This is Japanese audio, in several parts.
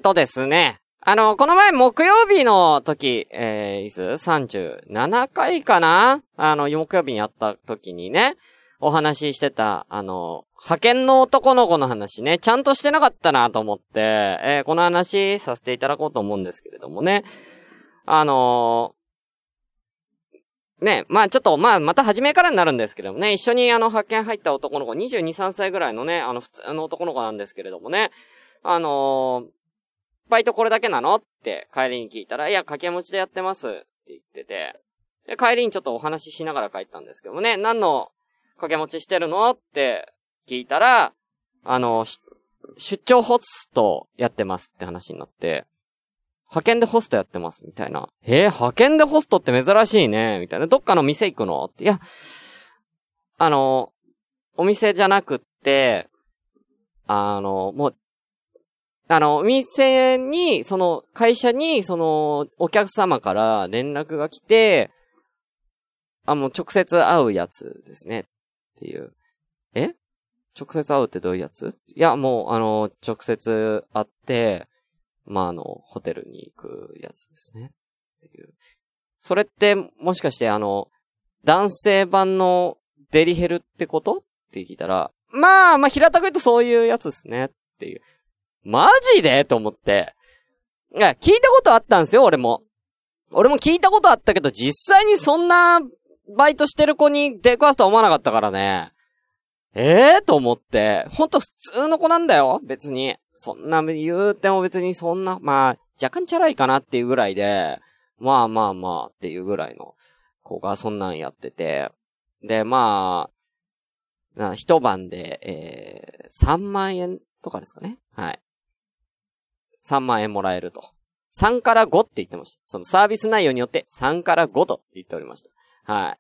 ですね。この前木曜日の時、37回かな？木曜日にやった時にね、お話ししてた、派遣の男の子の話ね、ちゃんとしてなかったなと思って、この話させていただこうと思うんですけれどもね。ね、まあちょっと、また初めからになるんですけどもね、一緒に派遣入った男の子、22、3歳ぐらいのね、普通の男の子なんですけれどもね、バイトこれだけなのって帰りに聞いたら、いや、掛け持ちでやってますって言ってて、で帰りにちょっとお話ししながら帰ったんですけどもね、何の掛け持ちしてるのって聞いたら、出張ホストやってますって話になって、派遣でホストやってますみたいな。派遣でホストって珍しいねみたいな。どっかの店行くのって。いや、お店じゃなくって、もう、お店に、会社に、お客様から連絡が来て、もう直接会うやつですね。っていう。直接会うってどういうやつ？いや、もう、直接会って、ホテルに行くやつですね。っていう。それって、もしかして、男性版のデリヘルってことって聞いたら、平たく言うとそういうやつですね。っていう。マジでと思って。いや、聞いたことあったんですよ、俺も。俺も聞いたことあったけど、実際にそんな、バイトしてる子に出くわすとは思わなかったからね。と思って。ほんと普通の子なんだよ、別に。そんな言うても別にそんな、若干チャラいかなっていうぐらいで、っていうぐらいの子がそんなんやってて。で、一晩で、3万円とかですかね。はい。3万円もらえると。3から5って言ってました。そのサービス内容によって3から5と言っておりました。はい。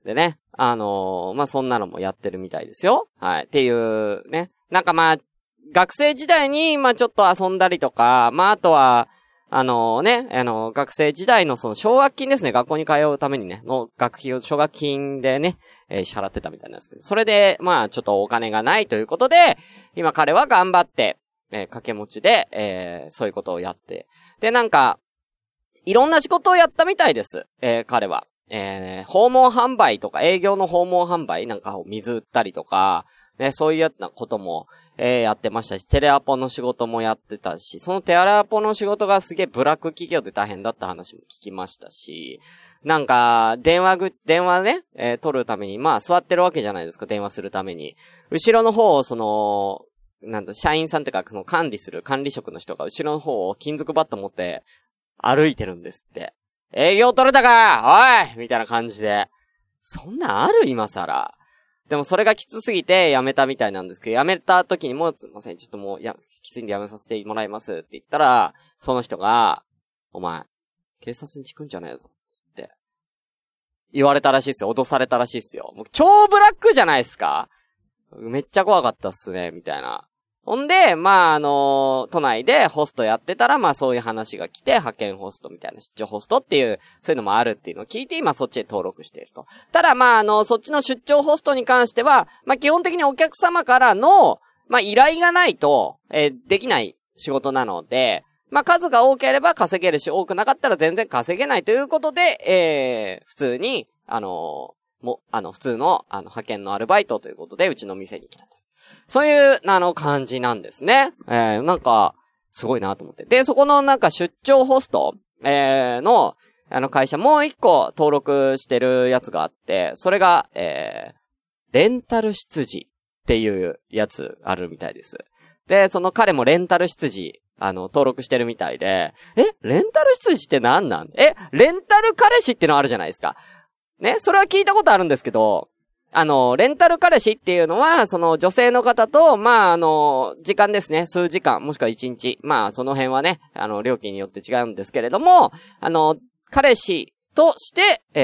でね、そんなのもやってるみたいですよ。はい。っていうね。学生時代に、ちょっと遊んだりとか、あとは、学生時代のその奨学金ですね、学校に通うためにね、の学費を奨学金でね、支払ってたみたいなんですけど、それで、ちょっとお金がないということで、今彼は頑張って、掛け持ちで、そういうことをやって、で、いろんな仕事をやったみたいです、彼は。訪問販売とか、営業の訪問販売水売ったりとか、ね、そういうようなことも、やってましたし、テレアポの仕事もやってたし、そのテレアポの仕事がすげえブラック企業で大変だった話も聞きましたし、電話ね、取るために、座ってるわけじゃないですか、電話するために。後ろの方を社員さんってか、管理職の人が後ろの方を金属バット持って歩いてるんですって。営業取れたかおいみたいな感じで。そんなんある今更。でもそれがきつすぎて辞めたみたいなんですけど、辞めた時にも、すいません、ちょっともう、きついんで辞めさせてもらいますって言ったら、その人が、お前、警察にチクんじゃねえぞ、つって。言われたらしいっすよ。脅されたらしいっすよ。もう超ブラックじゃないっすか？めっちゃ怖かったっすね、みたいな。ほんで、都内でホストやってたら、そういう話が来て、派遣ホストみたいな、出張ホストっていう、そういうのもあるっていうのを聞いて、今そっちで登録していると。ただ、そっちの出張ホストに関しては、基本的にお客様からの、依頼がないと、できない仕事なので、数が多ければ稼げるし、多くなかったら全然稼げないということで、普通に、普通の、派遣のアルバイトということで、うちの店に来たと。そういう、感じなんですね。すごいなと思って。で、そこの出張ホスト、の、会社もう一個登録してるやつがあって、それが、レンタル執事っていうやつあるみたいです。で、その彼もレンタル執事、登録してるみたいで、レンタル執事って何なん？レンタル彼氏ってのあるじゃないですか。ね、それは聞いたことあるんですけど、レンタル彼氏っていうのは、その女性の方と、時間ですね、数時間、もしくは1日。その辺はね、料金によって違うんですけれども、彼氏として、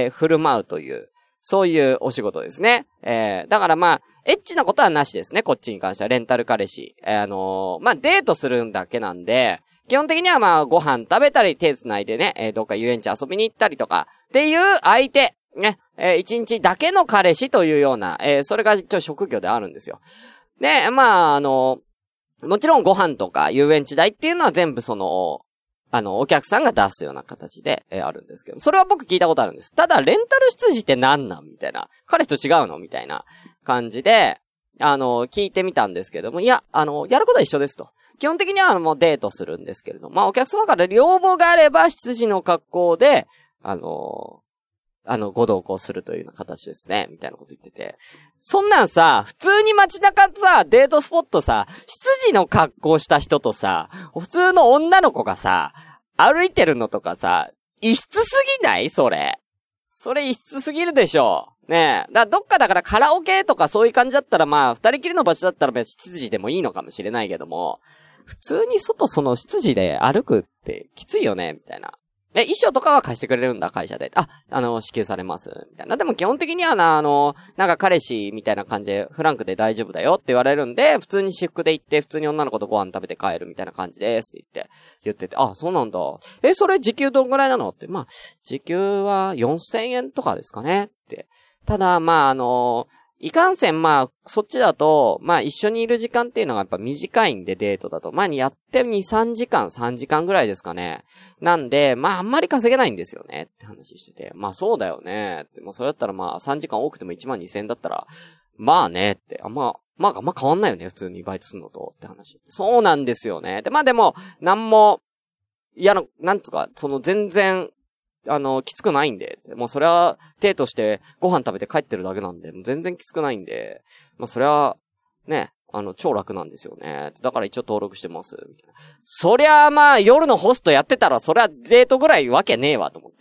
振る舞うという、そういうお仕事ですね。だからエッチなことはなしですね、こっちに関しては、レンタル彼氏。デートするんだけなんで、基本的にはご飯食べたり、手繋いでね、どっか遊園地遊びに行ったりとか、っていう相手。ね、一日だけの彼氏というような、それが一応職業であるんですよ。で、 もちろんご飯とか遊園地代っていうのは全部お客さんが出すような形で、あるんですけど、それは僕聞いたことあるんです。ただ、レンタル執事って何なんみたいな。彼氏と違うのみたいな感じで、聞いてみたんですけども、いや、やることは一緒ですと。基本的にはもうデートするんですけれども、まあお客様から要望があれば、執事の格好で、ご同行するというような形ですね。みたいなこと言ってて。そんなんさ、普通に街中さ、デートスポットさ、執事の格好した人とさ、普通の女の子がさ、歩いてるのとかさ、異質すぎない？それ異質すぎるでしょ。ねえ。どっかだからカラオケとかそういう感じだったらまあ、二人きりの場所だったら別に執事でもいいのかもしれないけども、普通に外その執事で歩くってきついよね、みたいな。衣装とかは貸してくれるんだ、会社で。支給されます。みたいな。でも基本的にはなんか彼氏みたいな感じで、フランクで大丈夫だよって言われるんで、普通に私服で行って、普通に女の子とご飯食べて帰るみたいな感じですって言ってて、そうなんだ。それ時給どんぐらいなのって、まあ、時給は4000円とかですかねって。ただ、まあいかんせん、まあ、そっちだと、まあ、一緒にいる時間っていうのがやっぱ短いんで、デートだと。前にやって2、3時間、3時間ぐらいですかね。なんで、まあ、あんまり稼げないんですよねって話してて。まあ、そうだよねって。もうそれだったらまあ、3時間多くても12000円だったら、まあねって。あんま変わんないよね、普通にバイトするのとって話。そうなんですよね。で、まあでも、なんも、なんつうか、全然、きつくないんで。もうそれは、デートしてご飯食べて帰ってるだけなんで、もう全然きつくないんで、まあそれは、ね、超楽なんですよね。だから一応登録してます。みたいな。そりゃあまあ、夜のホストやってたら、そりゃデートぐらいわけねえわと思って。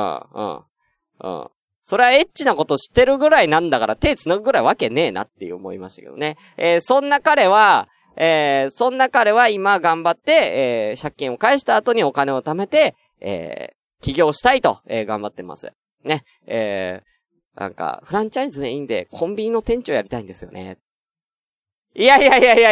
それはエッチなことしてるぐらいなんだから手繋ぐぐらいわけねえなって思いましたけどね。そんな彼は今頑張って、借金を返した後にお金を貯めて、起業したいと、頑張ってます。ね。なんか、フランチャイズでいいんで、コンビニの店長やりたいんですよね。いや、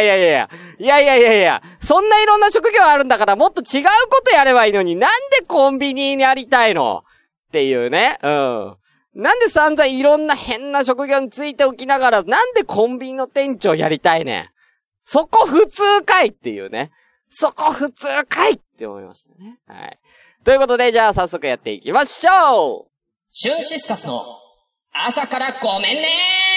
そんないろんな職業あるんだから、もっと違うことやればいいのに、なんでコンビニにやりたいのっていうね。なんで散々いろんな変な職業についておきながら、なんでコンビニの店長やりたいねん。そこ普通かいっていうね。そこ普通かいって思いましたね。はい。ということで、じゃあ早速やっていきましょう。 シュンシスカスの朝からごめんね。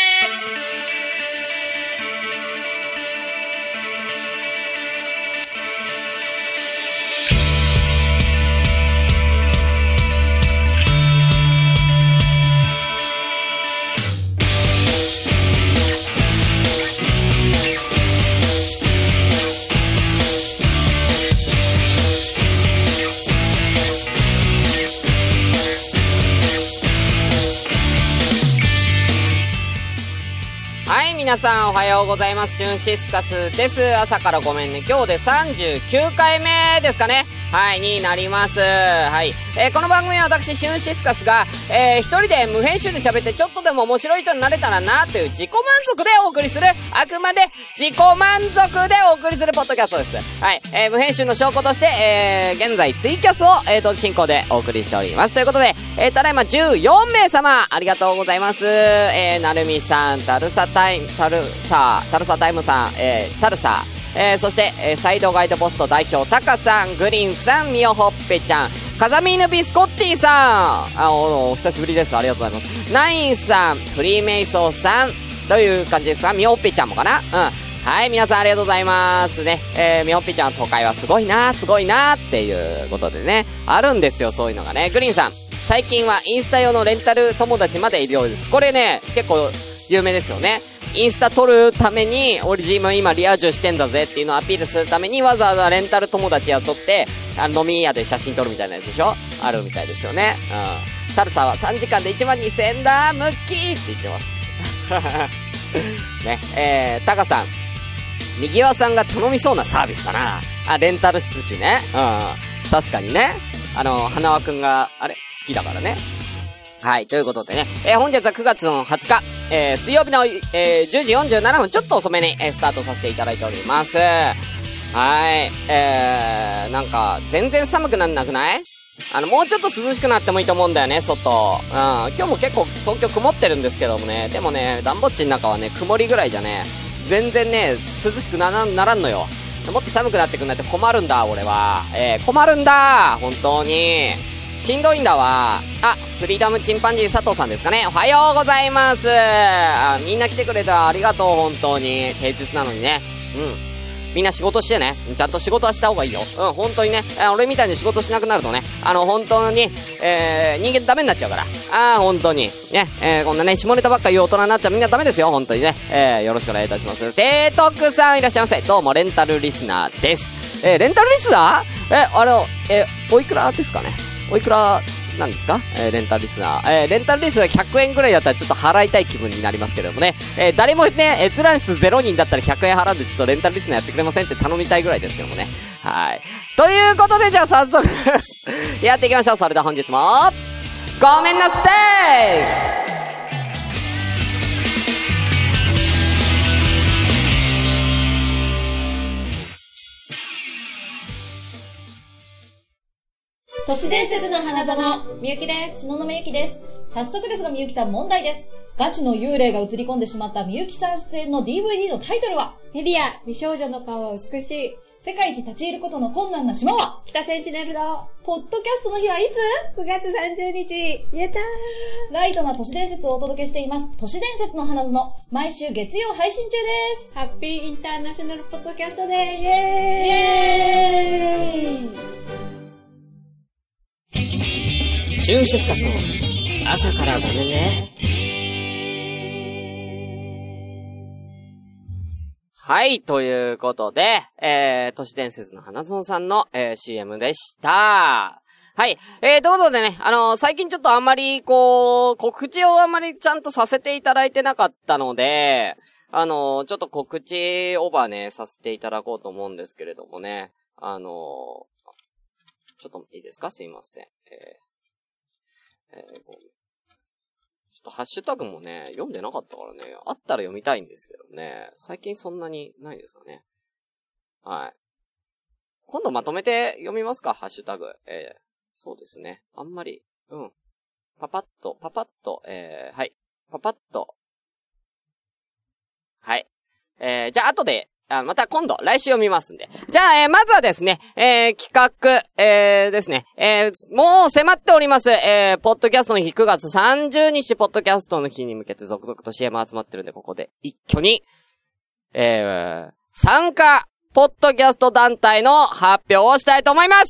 皆さんおはようございます。シュンシスカスです。朝からごめんね。今日で39回目ですかね。はい、になります。はい。この番組は私、シュンシスカスが、一人で無編集で喋ってちょっとでも面白い人になれたらなという自己満足でお送りする、あくまで自己満足でお送りするポッドキャストです。はい。無編集の証拠として、現在ツイキャスを、同時進行でお送りしております。ということで、ただいま14名様、ありがとうございます。なるみさん、タルサタイムさん、タルサ、そして、サイドガイドポスト代表タカさん、グリーンさん、ミオホッペちゃん、風見犬ビスコッティさん、お久しぶりです。ありがとうございます。ナインさん、フリーメイソーさんという感じですが、ミオホッペちゃんもかな。はい、皆さんありがとうございますね。ミオホッペちゃんの都会はすごいなっていうことでね、あるんですよ、そういうのがね。グリーンさん、最近はインスタ用のレンタル友達までいるようです。これね、結構有名ですよね。インスタ撮るために、俺自分今リア充してんだぜっていうのをアピールするためにわざわざレンタル友達雇って、飲み屋で写真撮るみたいなやつでしょ？あるみたいですよね。タルサは3時間で12000円だムッキーって言ってます。ね、タカさん、右輪さんが頼みそうなサービスだな。レンタル執事ね。確かにね。花輪くんが、好きだからね。はい、ということでね、本日は9月の20日、水曜日の、10時47分、ちょっと遅めに、スタートさせていただいております。はい、なんか、全然寒くなんなくない？もうちょっと涼しくなってもいいと思うんだよね、外。今日も結構東京曇ってるんですけどもね、でもね、暖房地の中はね、曇りぐらいじゃね、 全然ね、涼しくならんのよ。もっと寒くなってくんないと困るんだ、俺は。困るんだ本当に。しんどいんだわ。あ、フリーダムチンパンジー佐藤さんですかね。おはようございます。みんな来てくれた。ありがとう、本当に。平日なのにね。みんな仕事してね。ちゃんと仕事はした方がいいよ。本当にね。俺みたいに仕事しなくなるとね。本当に、人間ダメになっちゃうから。本当に。ね。こんなね、下ネタばっか言う大人になっちゃうみんなダメですよ。本当にね。よろしくお願いいたします。提督さんいらっしゃいませ。どうも、レンタルリスナーです。レンタルリスナーおいくらですかね。おいくらなんですか？レンタルリスナー。レンタルリスナー100円ぐらいだったらちょっと払いたい気分になりますけれどもね。誰もね、閲覧数0人だったら100円払ってちょっとレンタルリスナーやってくれませんって頼みたいぐらいですけどもね。はい。ということで、じゃあ早速やっていきましょう。それでは本日も、ごめんなさい。 都市伝説の花園、みゆきです。東雲ゆきです。早速ですがみゆきさん問題です。ガチの幽霊が映り込んでしまったみゆきさん出演の DVD のタイトルは？ メディア、美少女の顔は美しい。 世界一立ち入ることの困難な島は？ 北センチネルのポッドキャストの日はいつ？ 9月30日。やったー。 ライトな都市伝説をお届けしています。都市伝説の花園、毎週月曜配信中です。 ハッピーインターナショナルポッドキャストでイエーイ。 イエーイ。 シュンシスカスの朝からごめんね。はい、ということで、都市伝説の花園さんの、CM でした。はい。ということでね、最近ちょっとあんまり、告知をあんまりちゃんとさせていただいてなかったので、ちょっと告知オーバーね、させていただこうと思うんですけれどもね、ちょっといいですか？すいません。ちょっとハッシュタグもね、読んでなかったからね、あったら読みたいんですけどね、最近そんなにないですかね。はい。今度まとめて読みますか、ハッシュタグ。そうですね。あんまり、パパッと、はい。パパッと。はい。じゃあ後で、また今度、来週読みますんで。じゃあ、まずはですね、企画、ですね、もう迫っております、ポッドキャストの日9月30日、ポッドキャストの日に向けて続々と CM 集まってるんで、ここで一挙に、参加、ポッドキャスト団体の発表をしたいと思います。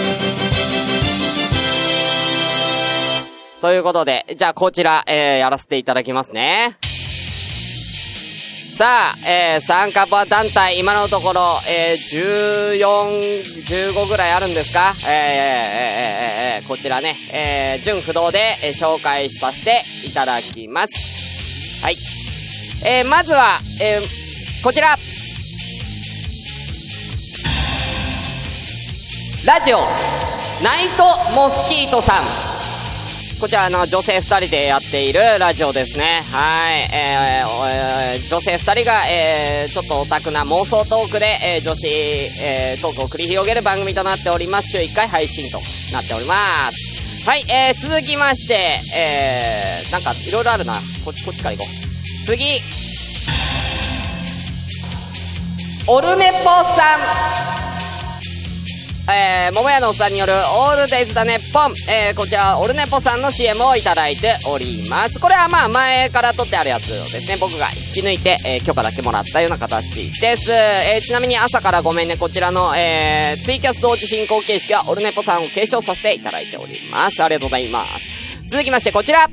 ということで、じゃあこちら、やらせていただきますね。さあ、参加団体、今のところ、14、15ぐらいあるんですか？こちらね、順不動で、紹介させていただきます。はい。まずは、こちら。ラジオ、ナイトモスキートさん。こちら女性2人でやっているラジオですね。はい。女性2人が、ちょっとオタクな妄想トークで、女子、トークを繰り広げる番組となっております。週1回配信となっております。はい。続きまして、なんかいろいろあるな。こっちから行こう。次。オルネポさん。桃屋のおっさんによるオールデイズだねポン。こちらオルネポさんの CM をいただいております。これはまあ前から撮ってあるやつですね。僕が引き抜いて、許可だけもらったような形です。ちなみに朝からごめんね、こちらの、ツイキャス同時進行形式はオルネポさんを継承させていただいております。ありがとうございます。続きましてこちら、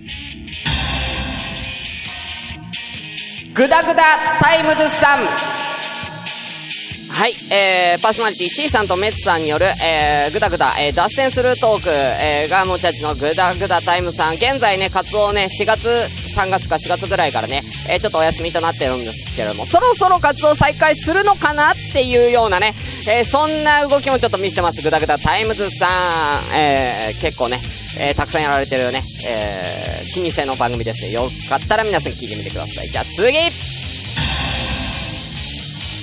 グダグダタイムズさん。はい、パーソナリティ C さんとメツさんによる、ぐだぐだ、脱線するトーク、が持ち味のぐだぐだタイムさん。現在ね、活動ね、3月か4月ぐらいからね、ちょっとお休みとなってるんですけれども、そろそろ活動再開するのかなっていうようなね、そんな動きもちょっと見せてます。ぐだぐだタイムズさん。結構ね、たくさんやられてるね、老舗の番組ですね。よかったら皆さん聞いてみてください。じゃあ次、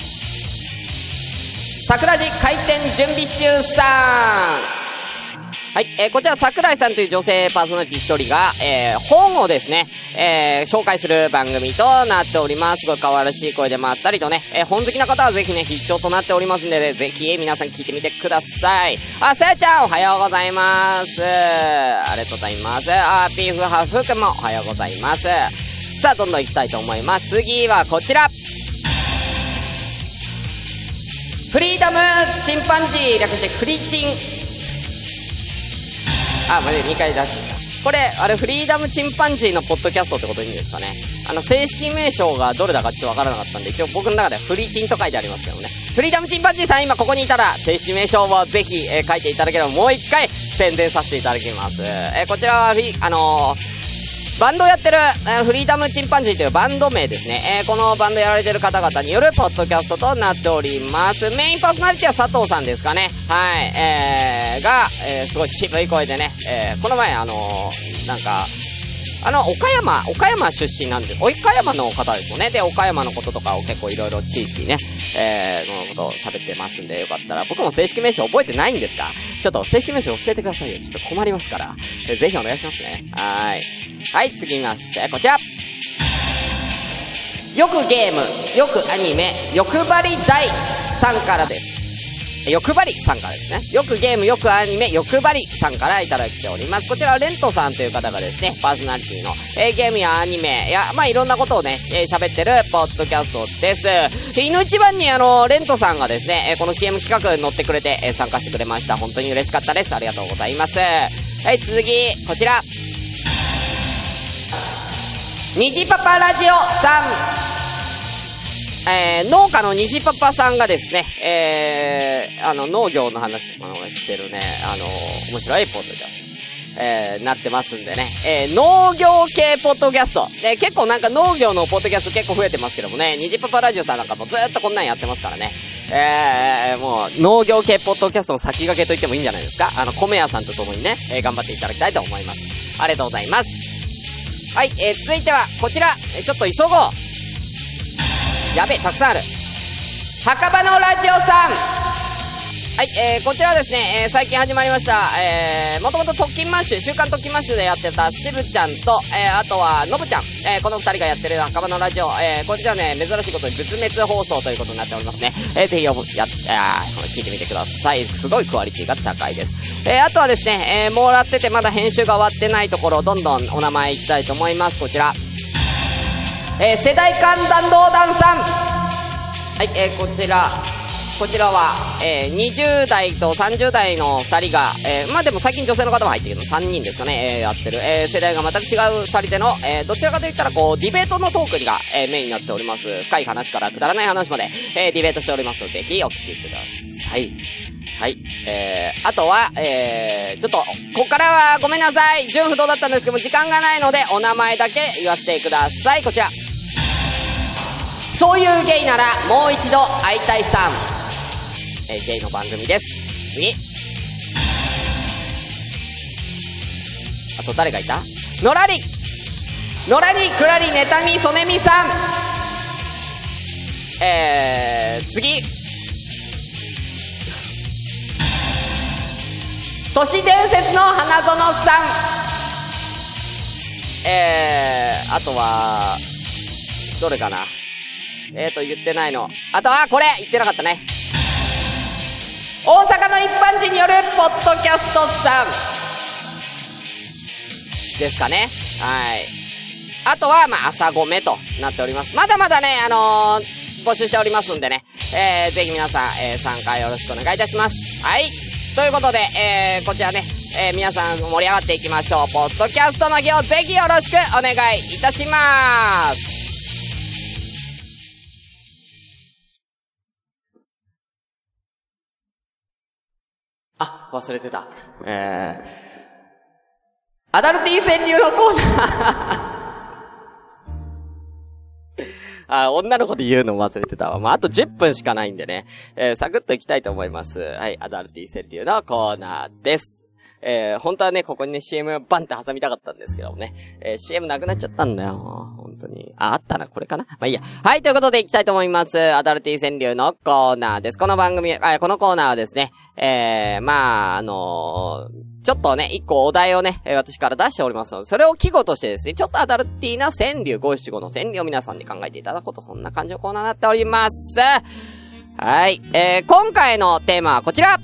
桜寺開店準備中さん。 はい、こちら桜井さんという女性パーソナリティ一人が、本をですね、紹介する番組となっております。すごい可愛らしい声でもあったりとね、本好きな方はぜひね、必聴となっておりますんで、ね、ぜひ皆さん聞いてみてください。さやちゃんおはようございます。ありがとうございます。ピーフハーフくんもおはようございます。さあ、どんどん行きたいと思います。次はこちら。フリーダムチンパンジー、略してフリチン。2回出した。これ、フリーダムチンパンジーのポッドキャストってことでいいんですかね。正式名称がどれだかちょっとわからなかったんで、一応僕の中ではフリチンと書いてありますけどね。フリーダムチンパンジーさん今ここにいたら、正式名称をぜひ、書いていただければもう一回宣伝させていただきます。こちらはバンドをやってる、フリーダムチンパンジーというバンド名ですね。このバンドやられてる方々によるポッドキャストとなっております。メインパーソナリティは佐藤さんですかね。はい。すごい渋い声でね、この前岡山出身なんで、岡山の方ですもんね。で、岡山のこととかを結構いろいろ地域ね、のことを喋ってますんで、よかったら、僕も正式名称覚えてないんですが、ちょっと正式名称教えてくださいよ。ちょっと困りますから。ぜひお願いしますね。はい、次まして、こちら。よくゲーム、よくアニメ、欲張り大さんからです。欲張りさんからですね。よくゲーム、よくアニメ、欲張りさんからいただいております。こちらはレントさんという方がですね、パーソナリティの、ゲームやアニメや、いろんなことをね、喋ってるポッドキャストです。いの一番にレントさんがですね、この CM 企画に乗ってくれて、参加してくれました。本当に嬉しかったです。ありがとうございます。はい、続き、こちら。虹パパラジオさん。農家の虹パパさんがですね、農業の話をしてるね、面白いポッドキャスト、なってますんでね、農業系ポッドキャスト、結構なんか農業のポッドキャスト結構増えてますけどもね、虹パパラジオさんなんかもずーっとこんなんやってますからね、もう農業系ポッドキャストの先駆けと言ってもいいんじゃないですか。米屋さんと共にね、頑張っていただきたいと思います。ありがとうございます。はい、続いてはこちら、ちょっと急ごう。やべえ、たくさんある。墓場のラジオさん。はい、こちらはですね、最近始まりました、もともと特勤マッシュ、週刊特勤マッシュでやってたしぶちゃんと、あとはのぶちゃん、この二人がやってる墓場のラジオ、こちらね、珍しいことに仏滅放送ということになっておりますね。ぜひ聞いてみてください。すごいクオリティが高いです。あとはですね、もらっててまだ編集が終わってないところ、どんどんお名前いきたいと思います。こちら。世代間弾道弾さん。はい、こちらは、20代と30代の2人が、でも最近女性の方も入ってるけど、3人ですかね、やってる、世代が全く違う2人での、どちらかといったら、ディベートのトークが、メインになっております。深い話からくだらない話まで、ディベートしておりますので、ぜひお聞きください。はい。あとは、ちょっと、ここからはごめんなさい。順不動だったんですけども、時間がないので、お名前だけ言わせてください。こちら。そういうゲイならもう一度会いたいさん。ゲイの番組です。次。あと誰がいた？のらりくらり妬みそねみさん。次。都市伝説の花園さん。あとはどれかな。言ってないの。あとはこれ言ってなかったね。大阪の一般人によるポッドキャストさんですかね。はい。あとは朝ごめとなっております。まだまだね募集しておりますんでね、ぜひ皆さん、参加よろしくお願いいたします。はい。ということで、こちらね、皆さん盛り上がっていきましょう。ポッドキャストの儀をぜひよろしくお願いいたします。忘れてた。アダルティ川柳のコーナー。女の子で言うのも忘れてたわ。あと10分しかないんでね。サクッといきたいと思います。はい、アダルティ川柳のコーナーです。本当はね、ここにね、CM バンって挟みたかったんですけどもね。CM なくなっちゃったんだよ。本当に。あったな、これかな。いいや。はい、ということでいきたいと思います。アダルティ川柳のコーナーです。この番組、このコーナーはですね、ちちょっとね、一個お題をね、私から出しておりますので、それを記号としてですね、ちょっとアダルティーな川柳、五七五の川柳を皆さんに考えていただこうと、そんな感じのコーナーになっております。はい。今回のテーマはこちら。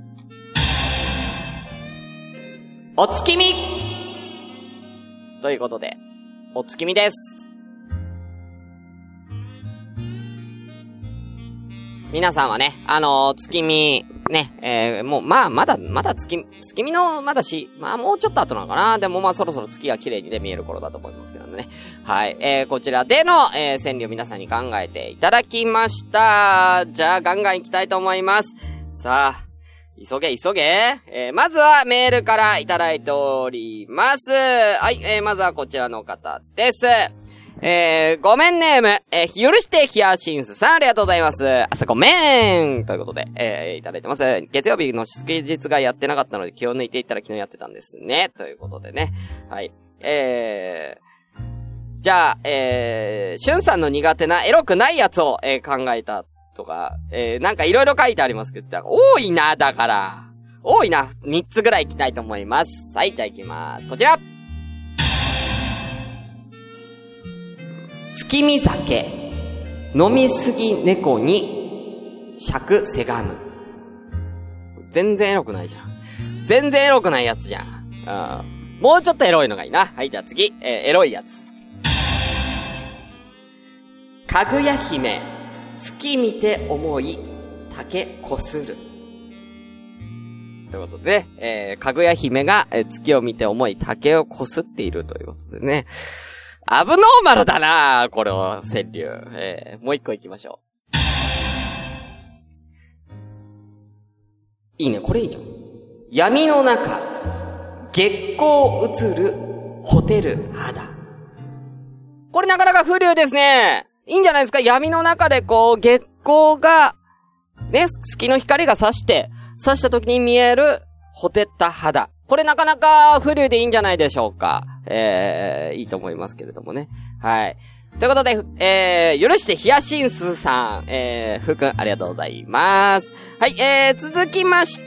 お月見ということで、お月見です。皆さんはね、月見、ね、もう、まだ月見の、まだし、まあもうちょっと後なのかな。でもまあそろそろ月が綺麗にね、見える頃だと思いますけどね。はい。こちらでの、川柳を皆さんに考えていただきました。じゃあガンガン行きたいと思います。さあ、急げ。まずはメールからいただいております。はい、まずはこちらの方です。ごめんネーム、許してヒヤシンスさん、ありがとうございます。朝ごめんということで、いただいてます。月曜日の祝日がやってなかったので気を抜いていったら昨日やってたんですね。ということでね。はい。じゃあ、しゅんさんの苦手なエロくないやつを、考えたとか、なんかいろいろ書いてありますけど、多いな、だから。多いな、3つぐらい行きたいと思います。はい、じゃあ行きます。こちら。月見酒、飲みすぎ猫に尺せがむ。全然エロくないじゃん。全然エロくないやつじゃん。もうちょっとエロいのがいいな。はい、じゃあ次、エロいやつ。かぐや姫、月見て思い、竹こする。ということで、かぐや姫が、月を見て思い、竹をこすっているということでね。アブノーマルだなぁ、これを、川柳。もう一個行きましょう。いいね、これいいじゃん。闇の中、月光映る、ホテル肌。これなかなか風流ですね。いいんじゃないですか。闇の中でこう、月光が、ね、月の光が差した時に見える、ほてった肌。これなかなか風流でいいんじゃないでしょうか。いいと思いますけれどもね。はい。ということで、許してヒヤシンスさん、ふうくん、ありがとうございます。はい、続きまして、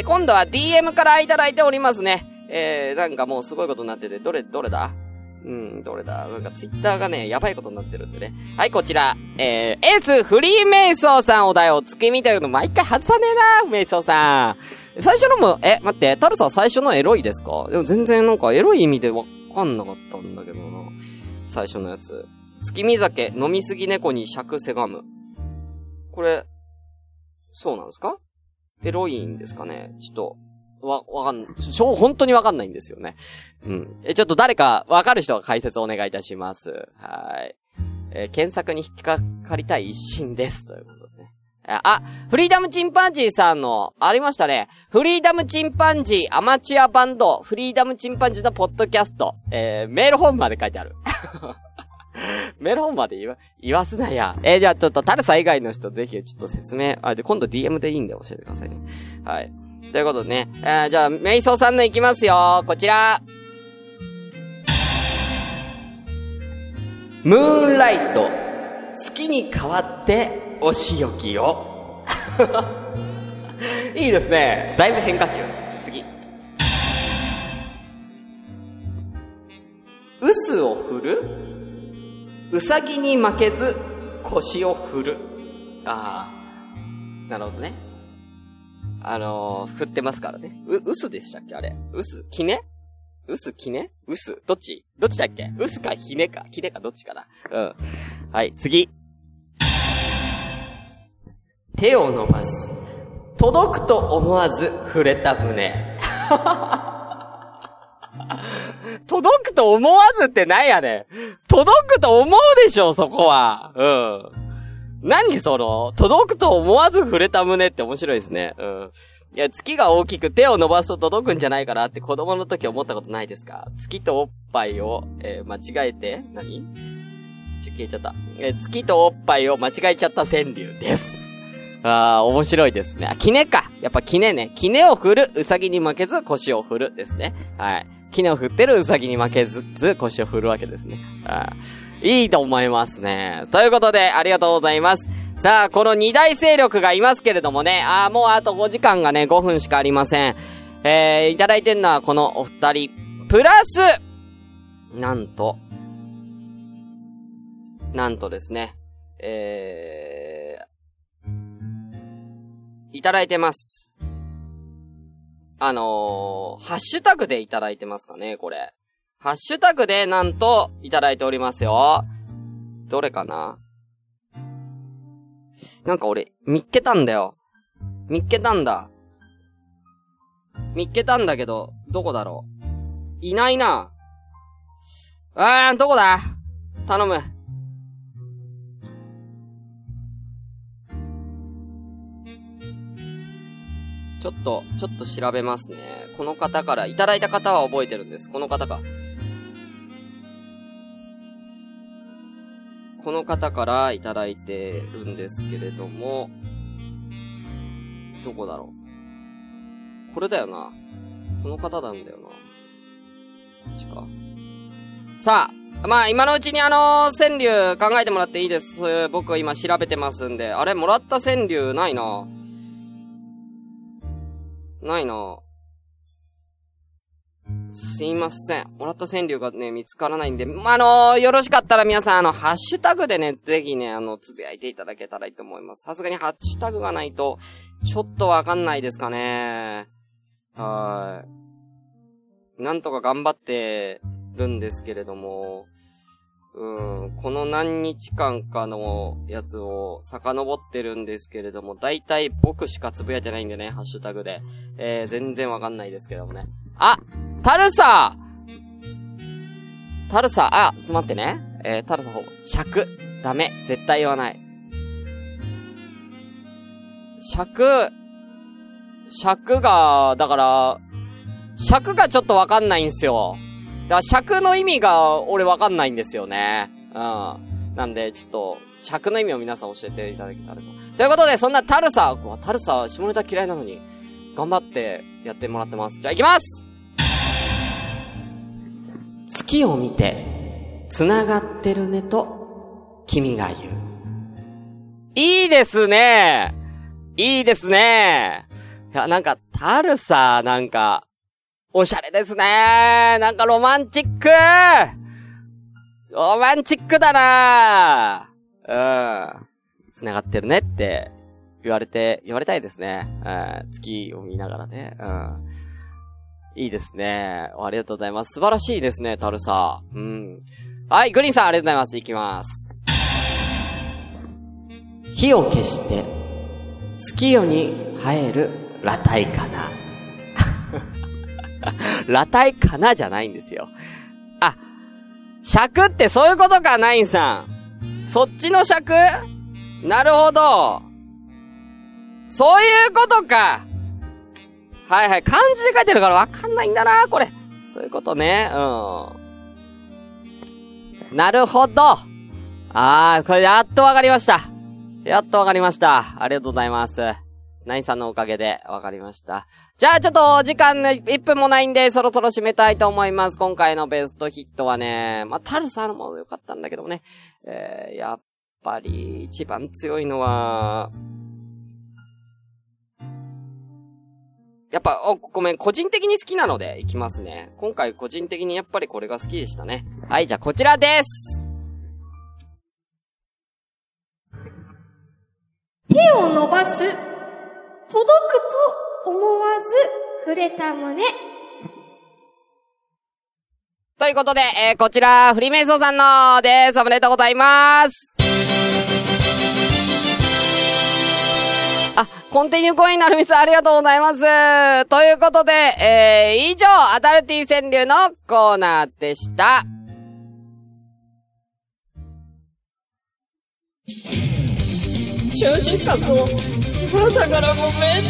今度は DM からいただいておりますね。なんかもうすごいことになってて、どれだどれだなんかツイッターがね、やばいことになってるんでね。はい、こちら。エースフリーメイソーさんお題を月見たいの毎回外さねえな、メイソーさん。最初のも、待って、タルさん最初のエロいですか？でも全然なんかエロい意味でわかんなかったんだけどな。最初のやつ。月見酒、飲みすぎ猫に尺せがむ。これ、そうなんですか？エロいんですかね？ちょっと、わかんない。本当にわかんないんですよね。うん。ちょっと誰かわかる人が解説お願いいたします。はい。検索に引っかかりたい一心です。ということでね。フリーダムチンパンジーさんの、ありましたね。フリーダムチンパンジーアマチュアバンド、フリーダムチンパンジーのポッドキャスト、メールホームまで書いてある。メールホームまで言わすなや。じゃあちょっとタルさん以外の人ぜひちょっと説明、で、今度 DM でいいんで教えてくださいね。はい。ということでね、じゃあ、メイソーさんのいきますよ。こちら。ムーンライト、月に変わってお仕置きを。いいですね。だいぶ変化球。次。臼を振る？うさぎに負けず腰を振る。なるほどね。振ってますからね。臼でしたっけあれ。臼きね臼きね臼どっちだっけ臼かひねかどっちかな。うん。はい、次。手を伸ばす。届くと思わず触れた胸。届くと思わずってなんやねん。届くと思うでしょ、そこは。うん。何その、届くと思わず触れた胸って面白いですね。うん。いや、月が大きく手を伸ばすと届くんじゃないかなって子供の時思ったことないですか？月とおっぱいを、間違えて、消えちゃった。月とおっぱいを間違えちゃった川柳です。面白いですね。キネか。やっぱキネね。キネを振る、うさぎに負けず腰を振るですね。はい。キネを振ってるうさぎに負けず腰を振るわけですね。いいと思いますね。ということで、ありがとうございます。さあ、この二大勢力がいますけれどもね。もうあと5時間がね、5分しかありません。 いただいてんのはこのお二人。プラス、なんとですね、いただいてます。ハッシュタグでいただいてますかね、これ。ハッシュタグでなんといただいておりますよ。どれかな？なんか俺、見っけたんだよ。見っけたんだけど、どこだろう。いないな。どこだ？頼む。ちょっと調べますね。この方から、いただいた方は覚えてるんです。この方か。この方からいただいてるんですけれども、どこだろう。これだよな。この方なんだよな。こっちか。さあ、まあ今のうちに川柳考えてもらっていいです。僕は今調べてますんで。あれ、もらった川柳ないな。すいません。もらった川柳がね、見つからないんで、よろしかったら皆さん、ハッシュタグでね、ぜひね、つぶやいていただけたらいいと思います。さすがにハッシュタグがないと、ちょっとわかんないですかね。なんとか頑張ってるんですけれども、この何日間かのやつを遡ってるんですけれども、だいたい僕しかつぶやいてないんでね、ハッシュタグで。全然わかんないですけどもね。タルサ、ちょっと待ってね。タルサ尺。ダメ。絶対言わない。尺が、だから、尺がちょっとわかんないんすよ。だから尺の意味が俺わかんないんですよね。なんで、ちょっと、尺の意味を皆さん教えていただけたらと。ということで、そんなタルサ、下ネタ嫌いなのに、頑張ってやってもらってます。じゃあ行きます！月を見て、繋がってるねと、君が言う。いいですね。いや、なんか、タルサ、なんか、おしゃれですね。なんかロマンチックだな。繋がってるねって言われたいですね。月を見ながらね。いいですね。ありがとうございます。素晴らしいですね、タルサ。はい、グリーンさんありがとうございます。いきます。火を消して、月夜に生える裸体かな。裸体かなじゃないんですよ。尺ってそういうことか、ナインさん。そっちの尺？なるほど。そういうことか。はいはい。漢字で書いてるからわかんないんだな、これ。そういうことね。なるほど。これやっとわかりました。ありがとうございます。ナインさんのおかげでわかりました。じゃあちょっと時間ね、1分もないんでそろそろ締めたいと思います。今回のベストヒットはね、タルサのもの良かったんだけどね。やっぱり一番強いのは、やっぱ、ごめん、個人的に好きなのでいきますね。今回個人的にやっぱりこれが好きでしたね。はい、じゃあこちらです。 手を伸ばす。届くと思わず触れた胸。 ということで、こちら、フリーメイソーさんのです。おめでとうございます。コンティニューコインなるみさんありがとうございます。ということで、以上、アダルティ川柳のコーナーでした。シュンシスカスの朝からごめんね。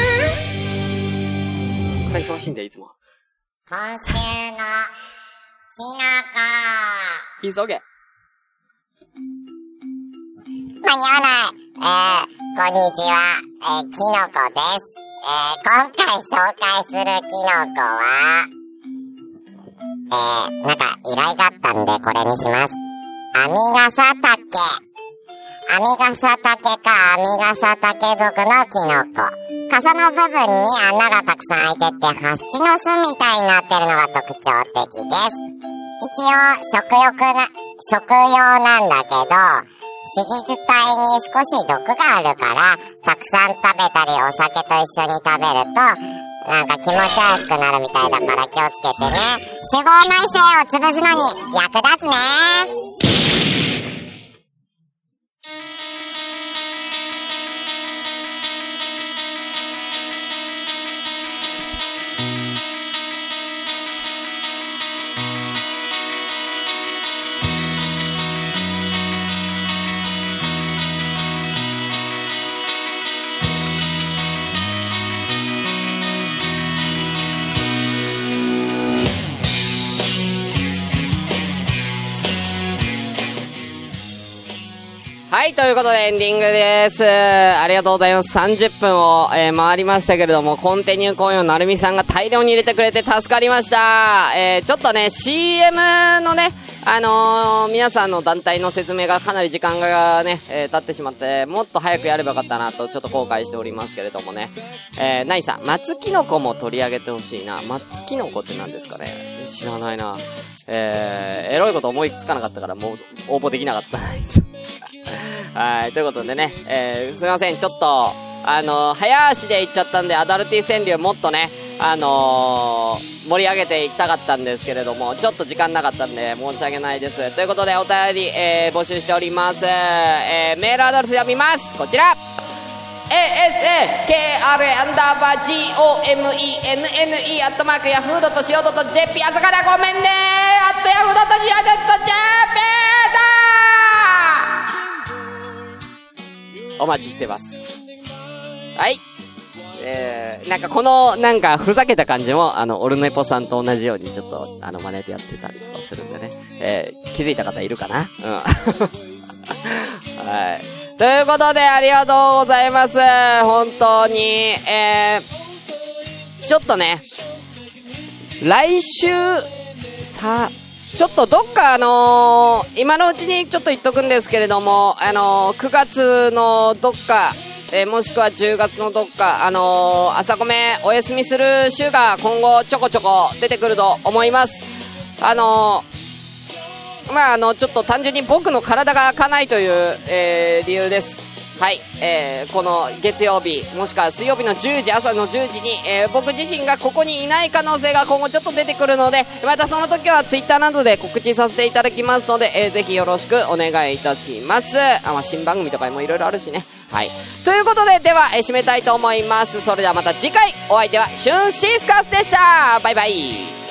これ忙しいんだよ、いつも。 今週のキノコ。 急げ。 間に合わない。こんにちは。キノコです。今回紹介するキノコは、なんか依頼があったんでこれにします。アミガサタケ。アミガサタケかアミガサタケ属のキノコ。 傘の部分に穴がたくさん開いてって、ハッチの巣みたいになってるのが特徴的です。一応、食用なんだけど、子実体に少し毒があるから、たくさん食べたりお酒と一緒に食べると、なんか気持ち悪くなるみたいだから気をつけてね。脂肪内性を潰すのに役立つね。 はい、ということでエンディングです。ありがとうございます。30分を、回りましたけれども、コンティニューコインをなるみさんが大量に入れてくれて助かりました。ちょっとね、CM のね、皆さんの団体の説明がかなり時間がね、経ってしまって、もっと早くやればよかったなと、ちょっと後悔しておりますけれどもね。ナイさん、松キノコも取り上げてほしいな。松キノコって何ですかね？知らないな。エロいこと思いつかなかったから、もう応募できなかったです。はい、ということでね、すいません、ちょっと、早足で行っちゃったんで、アダルティ川柳もっとね、盛り上げていきたかったんですけれども、ちょっと時間なかったんで、申し訳ないです。ということで、お便り、募集しております。メールアドレス読みます。こちら。asakare_gomenne@yahoo.co.jp 朝からごめんね@yahoo.co.jp お待ちしてます。はい。なんかこの、なんかふざけた感じも、オルネポさんと同じようにちょっと、真似でやってたりとかするんでね。気づいた方いるかな？うん。はい。ということで、ありがとうございます。本当に、ちょっとね、来週、ちょっとどっか今のうちにちょっと言っとくんですけれども、9月のどっか、もしくは10月のどっか、朝ごめお休みする週が今後ちょこちょこ出てくると思います。ちょっと単純に僕の体が開かないという、理由です。はい。この月曜日、もしくは水曜日の10時、朝の10時に、僕自身がここにいない可能性が今後ちょっと出てくるので、またその時はツイッターなどで告知させていただきますので、ぜひよろしくお願いいたします。新番組とかもいろいろあるしね。はい。ということで、では、締めたいと思います。それではまた次回、お相手はシュンシースカスでした。バイバイ。